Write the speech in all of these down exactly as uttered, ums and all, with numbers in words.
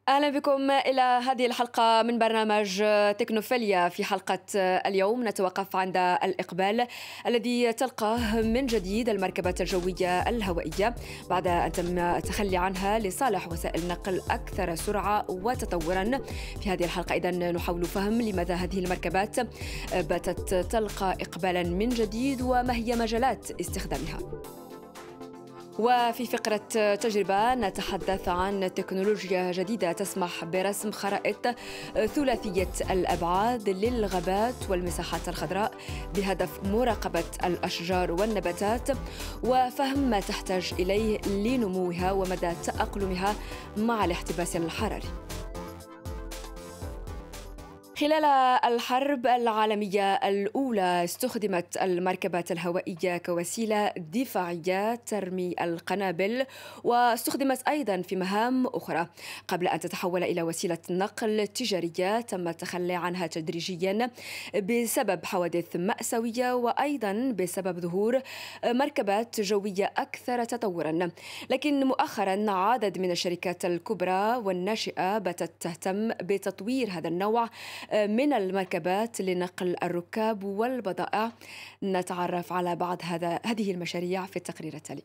أهلا بكم إلى هذه الحلقة من برنامج تكنوفيليا. في حلقة اليوم نتوقف عند الإقبال الذي تلقاه من جديد المركبات الجوية الهوائية بعد أن تم التخلي عنها لصالح وسائل النقل أكثر سرعة وتطورا. في هذه الحلقة إذن نحاول فهم لماذا هذه المركبات باتت تلقى إقبالا من جديد وما هي مجالات استخدامها. وفي فقرة تجربة نتحدث عن تكنولوجيا جديدة تسمح برسم خرائط ثلاثية الأبعاد للغابات والمساحات الخضراء بهدف مراقبة الأشجار والنباتات وفهم ما تحتاج إليه لنموها ومدى تأقلمها مع الاحتباس الحراري. خلال الحرب العالمية الأولى استخدمت المركبات الهوائية كوسيلة دفاعية ترمي القنابل، واستخدمت أيضا في مهام أخرى قبل أن تتحول إلى وسيلة نقل تجارية تم التخلي عنها تدريجيا بسبب حوادث مأساوية وأيضا بسبب ظهور مركبات جوية أكثر تطورا. لكن مؤخرا عدد من الشركات الكبرى والناشئة باتت تهتم بتطوير هذا النوع من المركبات لنقل الركاب والبضائع. نتعرف على بعض هذا هذه المشاريع في التقرير التالي.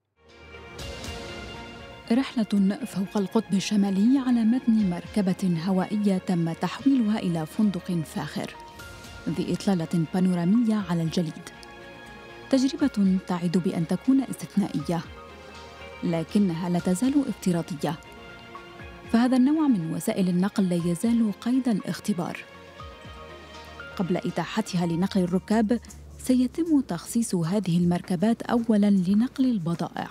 رحلة فوق القطب الشمالي على متن مركبة هوائية تم تحويلها إلى فندق فاخر ذي إطلالة بانورامية على الجليد. تجربة تعد بأن تكون استثنائية، لكنها لا تزال افتراضية، فهذا النوع من وسائل النقل لا يزال قيد الاختبار. قبل إتاحتها لنقل الركاب سيتم تخصيص هذه المركبات أولاً لنقل البضائع.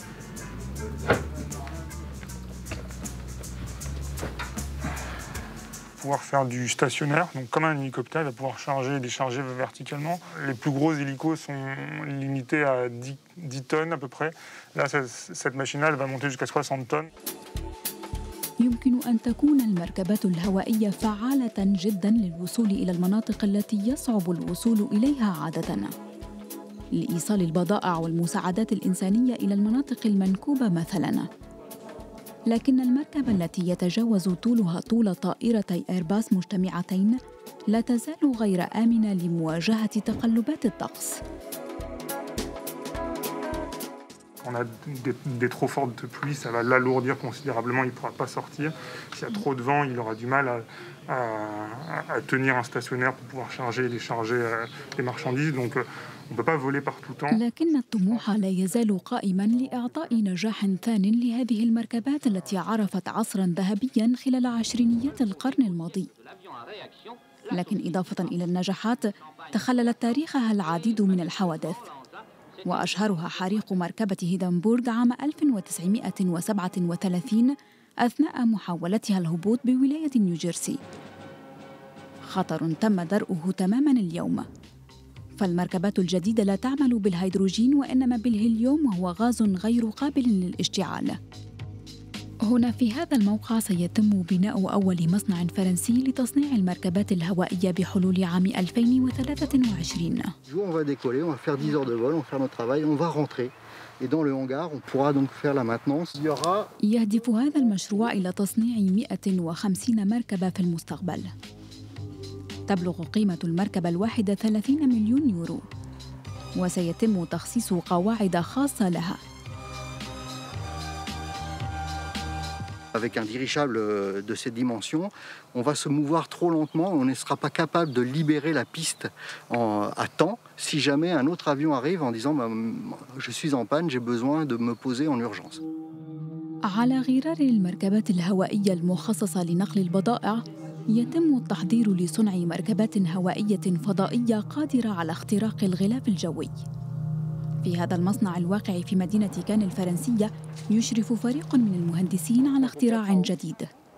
Pouvoir faire du stationnaire, donc comme un hélicoptère, il va pouvoir charger et décharger verticalement. Les plus gros hélicos sont limités à dix tonnes à peu près. Là, cette machine-là, elle va monter jusqu'à soixante tonnes. يمكن أن تكون المركبات الهوائية فعالة جداً للوصول إلى المناطق التي يصعب الوصول إليها عادة، لإيصال البضائع والمساعدات الإنسانية إلى المناطق المنكوبة مثلاً. لكن المركبة التي يتجاوز طولها طول طائرتي إيرباص مجتمعتين لا تزال غير آمنة لمواجهة تقلبات الطقس. On a des, des trop fortes pluies, ça va l'alourdir considérablement, il ne pourra pas sortir. S'il y a trop de vent, il aura du mal à, à, à tenir un stationnaire pour pouvoir charger et décharger les marchandises. Donc on ne peut pas voler par tout temps. لكن الطموح لا يزال قائماً لإعطاء نجاح ثان لهذه المركبات التي عرفت عصراً ذهبياً خلال عشرينيات القرن الماضي. لكن إضافة إلى النجاحات تخللت تاريخها العديد من الحوادث، وأشهرها حريق مركبة هيدنبورغ عام ألف وتسعمائة وسبعة وثلاثين أثناء محاولتها الهبوط بولاية نيوجيرسي. خطر تم درءه تماماً اليوم، فالمركبات الجديدة لا تعمل بالهيدروجين وإنما بالهيليوم، وهو غاز غير قابل للاشتعال. هنا في هذا الموقع سيتم بناء أول مصنع فرنسي لتصنيع المركبات الهوائية بحلول عام ألفين وثلاثة وعشرين. يهدف هذا المشروع إلى تصنيع مئة وخمسين مركبة في المستقبل. تبلغ قيمة المركبة الواحدة ثلاثين مليون يورو، وسيتم تخصيص قواعد خاصة لها. Avec un dirigeable de cette dimension, on va se mouvoir trop lentement, on ne sera pas capable de libérer la piste en, à temps si jamais un autre avion arrive en disant bah, je suis en panne, j'ai besoin de me poser en urgence. على غرار المركبات الهوائية المخصصة لنقل البضائع يتم التحضير لصنع مركبات هوائية فضائية قادرة على اختراق الغلاف الجوي. في هذا المصنع الواقع في مدينة كان الفرنسية يشرف فريق من المهندسين على اختراع جديد.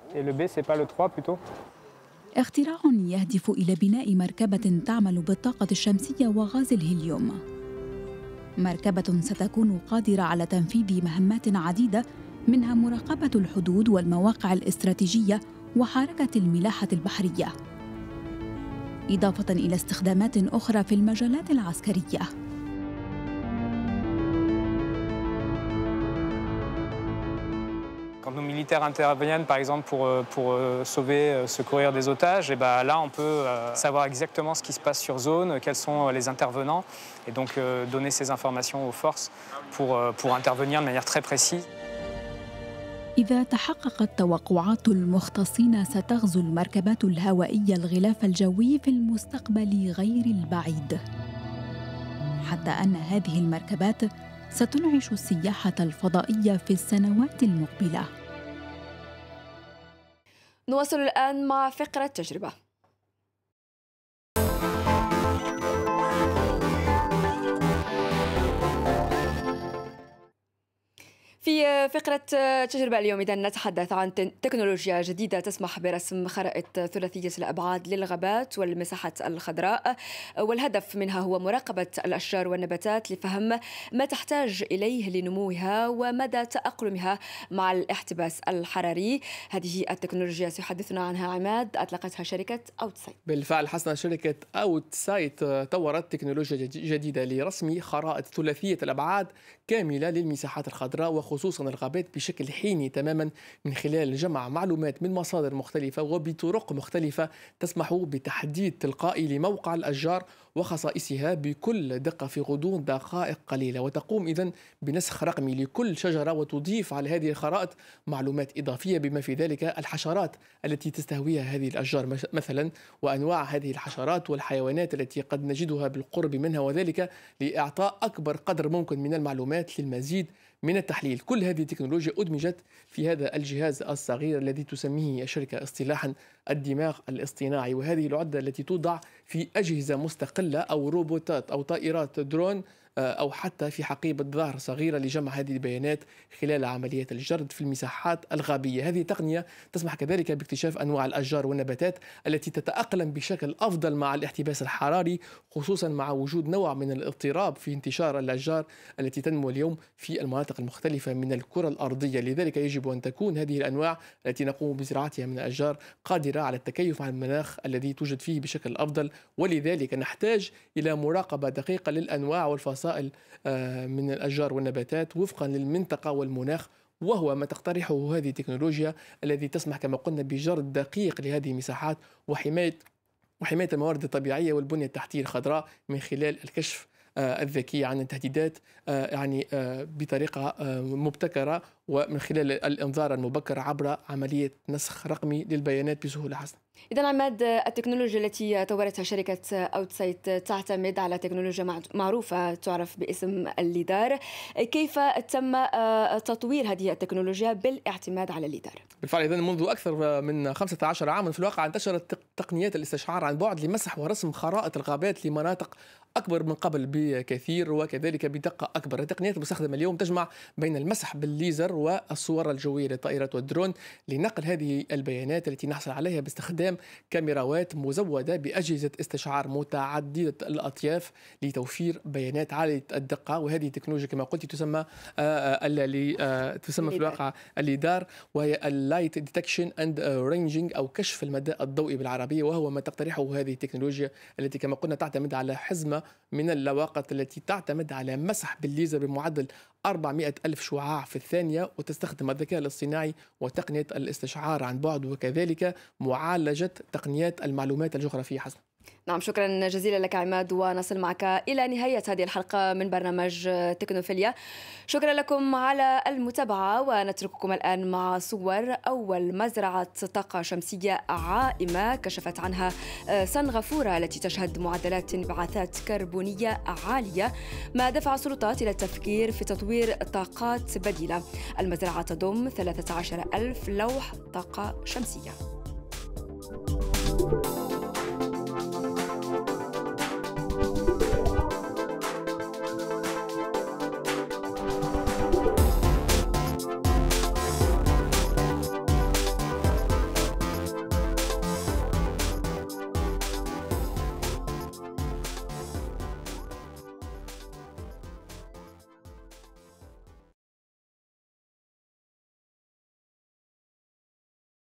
اختراع يهدف إلى بناء مركبة تعمل بالطاقة الشمسية وغاز الهيليوم. مركبة ستكون قادرة على تنفيذ مهمات عديدة، منها مراقبة الحدود والمواقع الاستراتيجية وحركة الملاحة البحرية، إضافة إلى استخدامات أخرى في المجالات العسكرية. Quand Quand nos militaires interviennent, par exemple, pour, pour sauver, secourir des otages, et ben là, on peut savoir exactement ce qui se passe sur zone, quels sont les intervenants, et donc donner ces informations aux forces pour, pour intervenir de manière très précise. إذا تحققت توقعات المختصين ستغزو المركبات الهوائية الغلاف الجوي في المستقبل غير البعيد، حتى أن هذه المركبات ستنعش السياحة الفضائية في السنوات المقبلة. نواصل الآن مع فقرة تجربة. في فقرة تجربة اليوم إذا نتحدث عن تكنولوجيا جديدة تسمح برسم خرائط ثلاثية الأبعاد للغابات والمساحات الخضراء، والهدف منها هو مراقبة الأشجار والنباتات لفهم ما تحتاج إليه لنموها ومدى تأقلمها مع الاحتباس الحراري. هذه التكنولوجيا سيحدثنا عنها عماد، أطلقتها شركة أوتسايت. بالفعل حسنا، شركة أوتسايت طورت تكنولوجيا جديدة لرسم خرائط ثلاثية الأبعاد كاملة للمساحات الخضراء خصوصا الغابات بشكل حيني تماما، من خلال جمع معلومات من مصادر مختلفة وبطرق مختلفة تسمح بتحديد تلقائي لموقع الأشجار وخصائصها بكل دقة في غضون دقائق قليلة، وتقوم إذن بنسخ رقمي لكل شجرة وتضيف على هذه الخرائط معلومات إضافية بما في ذلك الحشرات التي تستهويها هذه الأشجار مثلا، وأنواع هذه الحشرات والحيوانات التي قد نجدها بالقرب منها، وذلك لإعطاء أكبر قدر ممكن من المعلومات للمزيد من التحليل. كل هذه التكنولوجيا أدمجت في هذا الجهاز الصغير الذي تسميه الشركة اصطلاحا الدماغ الاصطناعي، وهذه العدة التي توضع في أجهزة مستقلة أو روبوتات أو طائرات درون أو حتى في حقيبة ظهر صغيرة لجمع هذه البيانات خلال عمليات الجرد في المساحات الغابية. هذه التقنية تسمح كذلك باكتشاف أنواع الأشجار والنباتات التي تتأقلم بشكل أفضل مع الاحتباس الحراري، خصوصا مع وجود نوع من الاضطراب في انتشار الأشجار التي تنمو اليوم في المناطق المختلفة من الكرة الأرضية. لذلك يجب أن تكون هذه الأنواع التي نقوم بزراعتها من الأشجار قادرة على التكيف مع المناخ الذي توجد فيه بشكل أفضل، ولذلك نحتاج إلى مراقبة دقيقة للأنواع والفصائل من الأشجار والنباتات وفقا للمنطقة والمناخ، وهو ما تقترحه هذه التكنولوجيا التي تسمح كما قلنا بجرد دقيق لهذه المساحات وحماية وحماية الموارد الطبيعية والبنية التحتية الخضراء من خلال الكشف الذكي عن التهديدات يعني بطريقة مبتكرة ومن خلال الإنذار المبكر عبر عملية نسخ رقمي للبيانات بسهولة حسنة. إذن عماد، التكنولوجيا التي طورتها شركة أوتسايت تعتمد على تكنولوجيا معروفة تعرف باسم الليدار. كيف تم تطوير هذه التكنولوجيا بالاعتماد على الليدار؟ بالفعل إذن منذ أكثر من خمسة عشر عاما في الواقع انتشرت تقنيات الاستشعار عن بعد لمسح ورسم خرائط الغابات لمناطق أكبر من قبل بكثير وكذلك بدقة أكبر. التقنيات المستخدمة اليوم تجمع بين المسح بالليزر والصور الجوية للطائرات والدرون لنقل هذه البيانات التي نحصل عليها باستخدام كاميراوات مزودة بأجهزة استشعار متعددة الأطياف لتوفير بيانات عالية الدقة. وهذه التكنولوجيا كما قلت تسمى اللي تسمى في الواقع الليدار، وهي اللايت ديتكشن اند رينجينج أو كشف المدى الضوئي بالعربية، وهو ما تقترحه هذه التكنولوجيا التي كما قلنا تعتمد على حزمة من اللواقط التي تعتمد على مسح بالليزر بمعدل أربعمائة ألف شعاع في الثانية، وتستخدم الذكاء الاصطناعي وتقنية الاستشعار عن بعد وكذلك معالجة تقنيات المعلومات الجغرافية. حسن. نعم، شكرا جزيلا لك عماد، ونصل معك إلى نهاية هذه الحلقة من برنامج تكنوفيليا. شكرا لكم على المتابعة، ونترككم الآن مع صور أول مزرعة طاقة شمسية عائمة كشفت عنها سنغافورة التي تشهد معدلات انبعاثات كربونية عالية، ما دفع السلطات إلى التفكير في تطوير طاقات بديلة. المزرعة تضم ثلاثة عشر ألف لوح طاقة شمسية.